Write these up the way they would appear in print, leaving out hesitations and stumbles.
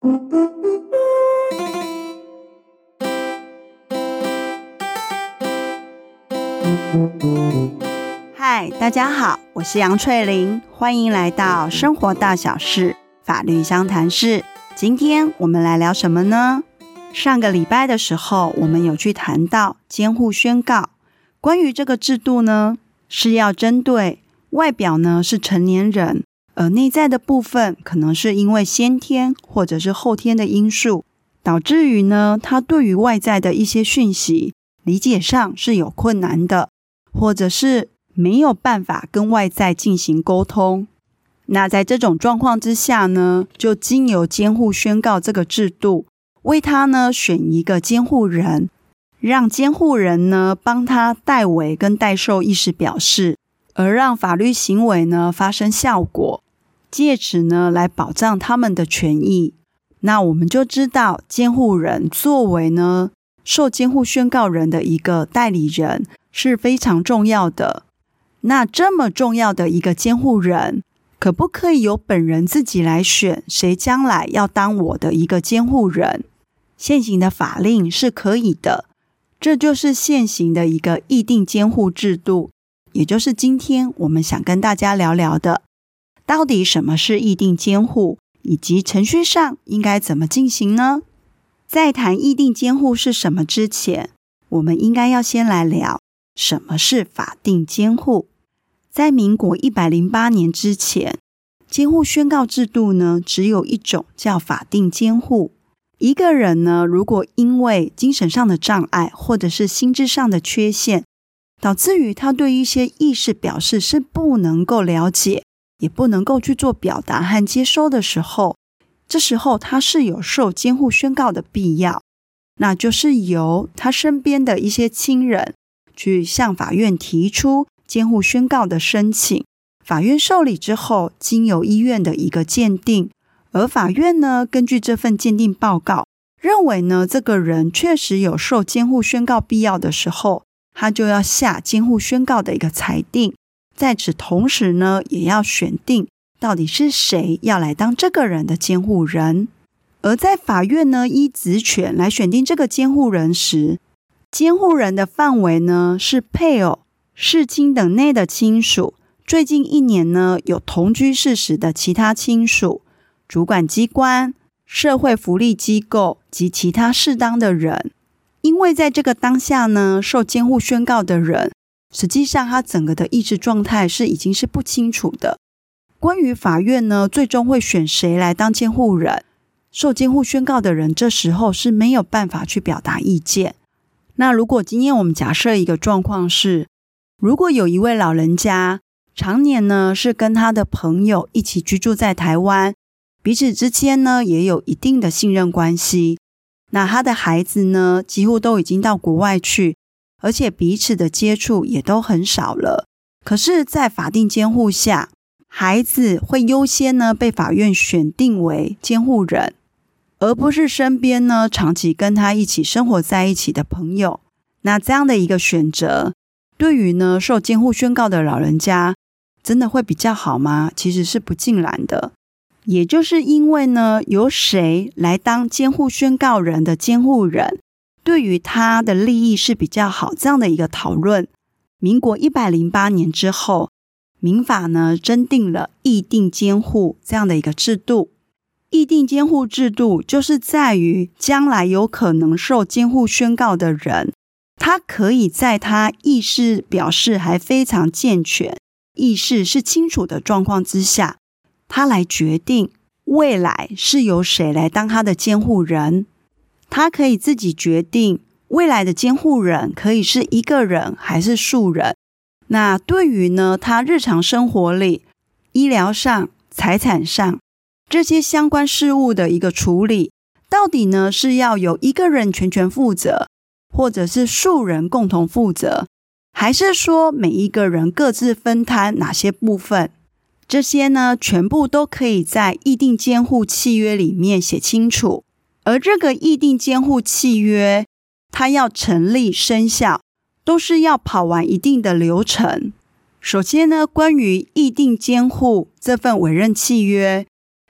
嗨，大家好，我是杨翠玲，欢迎来到生活大小事法律相谈室。今天我们来聊什么呢？上个礼拜的时候，我们有去谈到监护宣告。关于这个制度呢，是要针对外表呢是成年人，而内在的部分可能是因为先天或者是后天的因素，导致于呢他对于外在的一些讯息理解上是有困难的，或者是没有办法跟外在进行沟通。那在这种状况之下呢，就经由监护宣告这个制度，为他呢选一个监护人，让监护人呢帮他代为跟代受意思表示，而让法律行为呢发生效果，借此呢来保障他们的权益。那我们就知道，监护人作为呢受监护宣告人的一个代理人是非常重要的。那这么重要的一个监护人，可不可以由本人自己来选谁将来要当我的一个监护人？现行的法令是可以的，这就是现行的一个议定监护制度，也就是今天我们想跟大家聊聊的，到底什么是议定监护，以及程序上应该怎么进行呢？在谈议定监护是什么之前，我们应该要先来聊什么是法定监护。在民国108年之前，监护宣告制度呢只有一种，叫法定监护。一个人呢，如果因为精神上的障碍或者是心智上的缺陷，导致于他对一些意识表示是不能够了解，也不能够去做表达和接收的时候，这时候他是有受监护宣告的必要，那就是由他身边的一些亲人去向法院提出监护宣告的申请，法院受理之后，经由医院的一个鉴定，而法院呢根据这份鉴定报告，认为呢这个人确实有受监护宣告必要的时候，他就要下监护宣告的一个裁定。在此同时呢，也要选定到底是谁要来当这个人的监护人。而在法院呢依职权来选定这个监护人时，监护人的范围呢是配偶、世亲等内的亲属，最近1年呢有同居事实的其他亲属，主管机关、社会福利机构及其他适当的人。因为在这个当下呢，受监护宣告的人实际上他整个的意识状态已经是不清楚的。关于法院呢最终会选谁来当监护人，受监护宣告的人这时候是没有办法去表达意见。那如果今天我们假设一个状况是，如果有一位老人家常年呢是跟他的朋友一起居住在台湾，彼此之间呢也有一定的信任关系，那他的孩子呢几乎都已经到国外去，而且彼此的接触也都很少了。可是在法定监护下，孩子会优先呢被法院选定为监护人，而不是身边呢长期跟他一起生活在一起的朋友。那这样的一个选择，对于呢受监护宣告的老人家真的会比较好吗？其实是不尽然的。也就是因为呢由谁来当监护宣告人的监护人，对于他的利益是比较好，这样的一个讨论，民国108年之后，民法呢增订了议定监护这样的一个制度。议定监护制度就是在于将来有可能受监护宣告的人，他可以在他意识表示还非常健全，意识是清楚的状况之下，他来决定未来是由谁来当他的监护人。他可以自己决定未来的监护人可以是一个人还是数人。那对于呢他日常生活里医疗上、财产上这些相关事务的一个处理，到底呢是要由一个人全权负责，或者是数人共同负责，还是说每一个人各自分摊哪些部分，这些呢全部都可以在议定监护契约里面写清楚。而这个议定监护契约它要成立生效，都是要跑完一定的流程。首先呢，关于议定监护这份委任契约，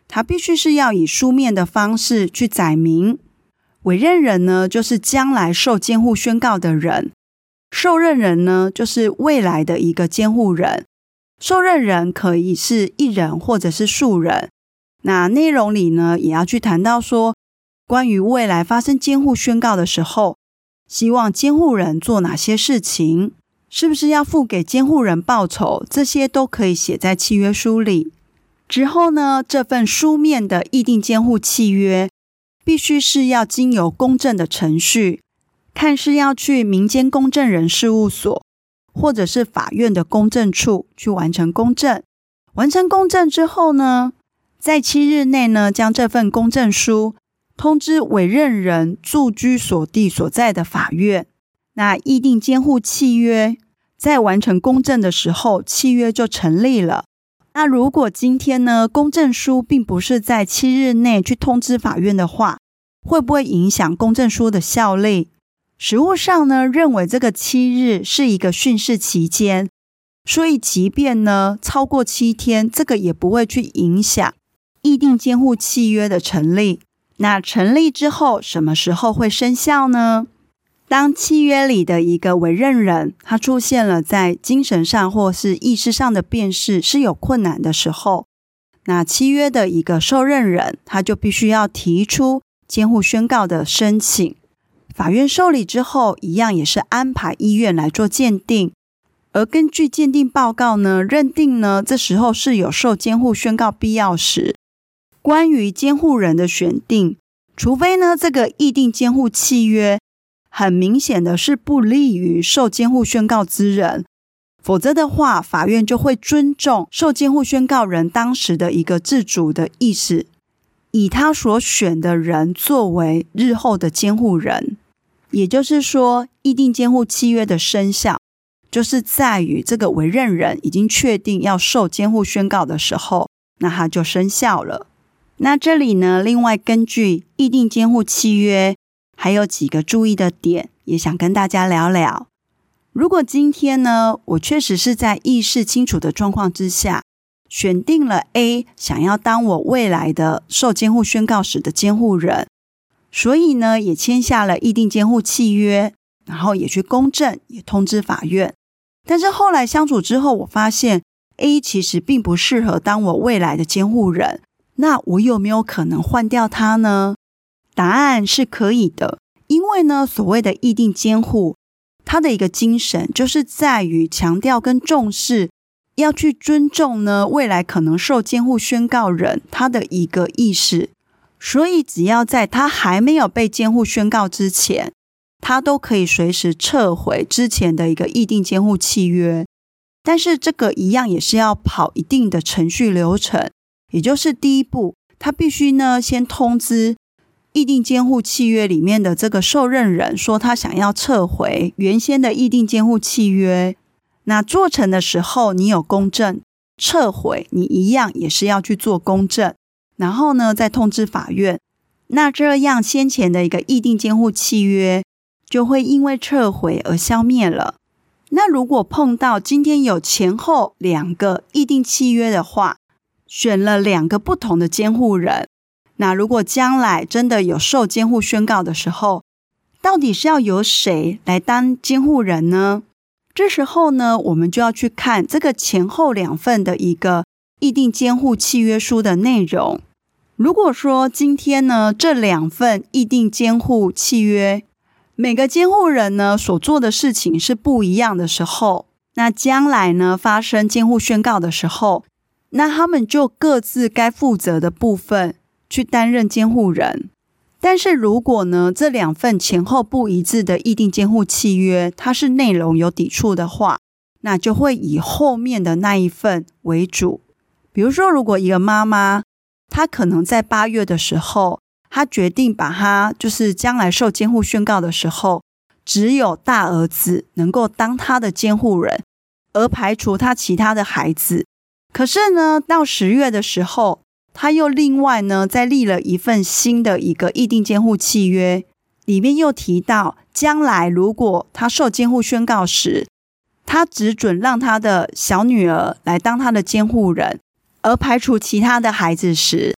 它必须是要以书面的方式去载明。委任人呢，就是将来受监护宣告的人；受任人呢，就是未来的一个监护人。受任人可以是一人或者是数人。那内容里呢，也要去谈到说，关于未来发生监护宣告的时候，希望监护人做哪些事情，是不是要付给监护人报酬，这些都可以写在契约书里。之后呢，这份书面的议定监护契约必须是要经由公证的程序，看是要去民间公证人事务所或者是法院的公证处去完成公证。完成公证之后呢，在7日内呢，将这份公证书通知委任人住居所地所在的法院。那议定监护契约在完成公证的时候，契约就成立了。那如果今天呢，公证书并不是在7日内去通知法院的话，会不会影响公证书的效力？实务上呢，认为这个7日是一个训示期间，所以即便呢超过7天，这个也不会去影响议定监护契约的成立。那成立之后，什么时候会生效呢？当契约里的一个委任人，他出现了在精神上或是意识上的辨识是有困难的时候，那契约的一个受任人，他就必须要提出监护宣告的申请。法院受理之后，一样也是安排医院来做鉴定，而根据鉴定报告呢，认定呢这时候是有受监护宣告必要时，关于监护人的选定，除非呢这个议定监护契约很明显的是不利于受监护宣告之人，否则的话，法院就会尊重受监护宣告人当时的一个自主的意识，以他所选的人作为日后的监护人。也就是说，议定监护契约的生效，就是在于这个委任人已经确定要受监护宣告的时候，那它就生效了。那这里呢，另外根据议定监护契约还有几个注意的点，也想跟大家聊聊。如果今天呢，我确实是在意识清楚的状况之下，选定了 A 想要当我未来的受监护宣告时的监护人，所以呢，也签下了议定监护契约，然后也去公证，也通知法院。但是后来相处之后，我发现 A 其实并不适合当我未来的监护人，那我有没有可能换掉他呢？答案是可以的，因为呢，所谓的议定监护，它的一个精神就是在于强调跟重视，要去尊重呢未来可能受监护宣告人他的一个意识，所以只要在他还没有被监护宣告之前，他都可以随时撤回之前的一个议定监护契约。但是这个一样也是要跑一定的程序流程，也就是第一步，他必须呢先通知议定监护契约里面的这个受任人说他想要撤回原先的议定监护契约。那做成的时候，你有公证，撤回你一样也是要去做公证，然后呢再通知法院。那这样先前的一个议定监护契约就会因为撤回而消灭了。那如果碰到今天有前后2个议定契约的话，选了2个不同的监护人，那如果将来真的有受监护宣告的时候，到底是要由谁来当监护人呢？这时候呢，我们就要去看这个前后2份的一个议定监护契约书的内容。如果说今天呢，这2份议定监护契约每个监护人呢所做的事情是不一样的时候，那将来呢发生监护宣告的时候，那他们就各自该负责的部分去担任监护人。但是如果呢这2份前后不一致的议定监护契约，它是内容有抵触的话，那就会以后面的那一份为主。比如说，如果一个妈妈，她可能在8月的时候，她决定把她就是将来受监护宣告的时候，只有大儿子能够当她的监护人，而排除她其他的孩子。可是呢，到10月的时候，他又另外呢再立了一份新的一个议定监护契约，里面又提到将来如果他受监护宣告时，他只准让他的小女儿来当他的监护人，而排除其他的孩子时，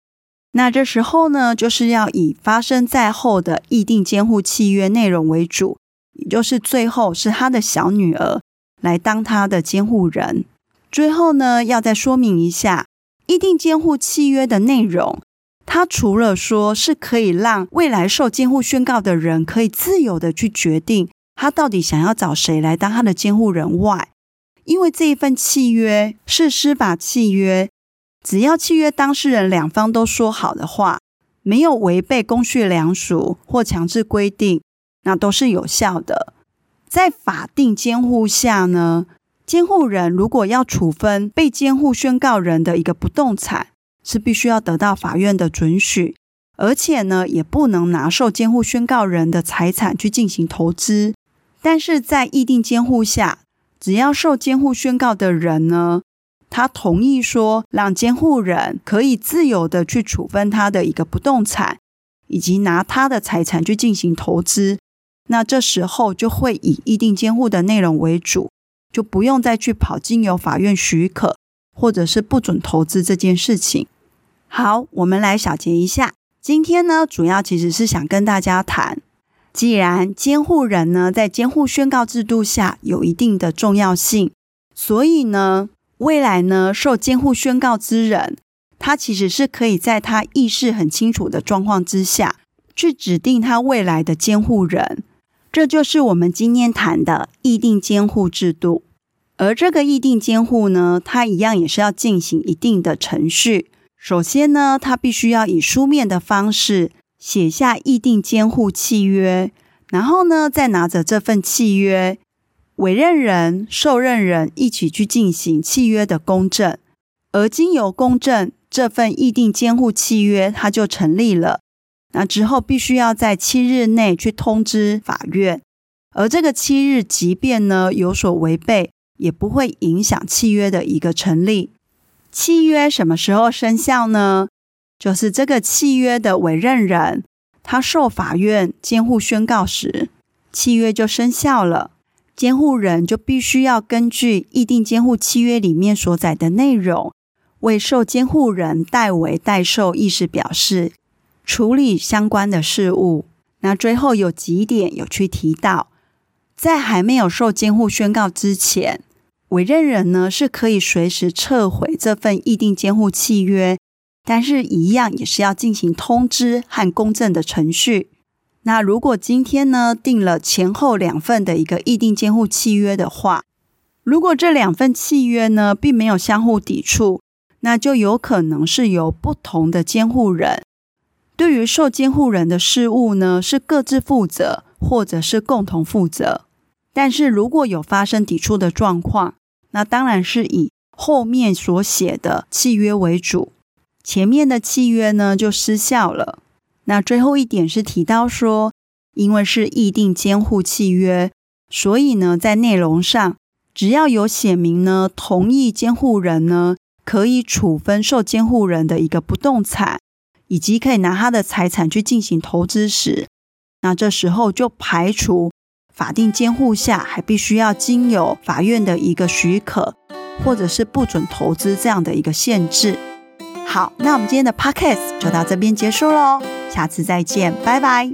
那这时候呢，就是要以发生在后的议定监护契约内容为主，也就是最后是他的小女儿来当他的监护人。最后呢，要再说明一下，议定监护契约的内容，它除了说是可以让未来受监护宣告的人可以自由的去决定他到底想要找谁来当他的监护人外，因为这一份契约是司法契约，只要契约当事人两方都说好的话，没有违背公序良俗或强制规定，那都是有效的。在法定监护下呢，监护人如果要处分被监护宣告人的一个不动产，是必须要得到法院的准许，而且呢，也不能拿受监护宣告人的财产去进行投资。但是在议定监护下，只要受监护宣告的人呢，他同意说让监护人可以自由的去处分他的一个不动产，以及拿他的财产去进行投资，那这时候就会以议定监护的内容为主，就不用再去跑经由法院许可或者是不准投资这件事情。好，我们来小结一下。今天呢，主要其实是想跟大家谈，既然监护人呢在监护宣告制度下有一定的重要性，所以呢，未来呢受监护宣告之人，他其实是可以在他意识很清楚的状况之下，去指定他未来的监护人。这就是我们今天谈的议定监护制度。而这个议定监护呢，它一样也是要进行一定的程序。首先呢，它必须要以书面的方式写下议定监护契约，然后呢，再拿着这份契约，委任人、受任人一起去进行契约的公证。而经由公证，这份议定监护契约它就成立了。那之后必须要在7日内去通知法院，而这个7日即便呢有所违背，也不会影响契约的一个成立。契约什么时候生效呢？就是这个契约的委任人他受法院监护宣告时，契约就生效了。监护人就必须要根据议定监护契约里面所载的内容，为受监护人代为代受意思表示，处理相关的事务。那最后有几点有去提到，在还没有受监护宣告之前，委任人呢是可以随时撤回这份议定监护契约，但是一样也是要进行通知和公证的程序。那如果今天呢订了前后2份的一个议定监护契约的话，如果这2份契约呢并没有相互抵触，那就有可能是由不同的监护人对于受监护人的事务呢是各自负责或者是共同负责。但是如果有发生抵触的状况，那当然是以后面所写的契约为主，前面的契约呢就失效了。那最后一点是提到说，因为是议定监护契约，所以呢在内容上只要有写明呢同意监护人呢可以处分受监护人的一个不动产，以及可以拿他的财产去进行投资时，那这时候就排除法定监护下还必须要经由法院的一个许可，或者是不准投资这样的一个限制。好，那我们今天的 Podcast 就到这边结束咯，下次再见，拜拜。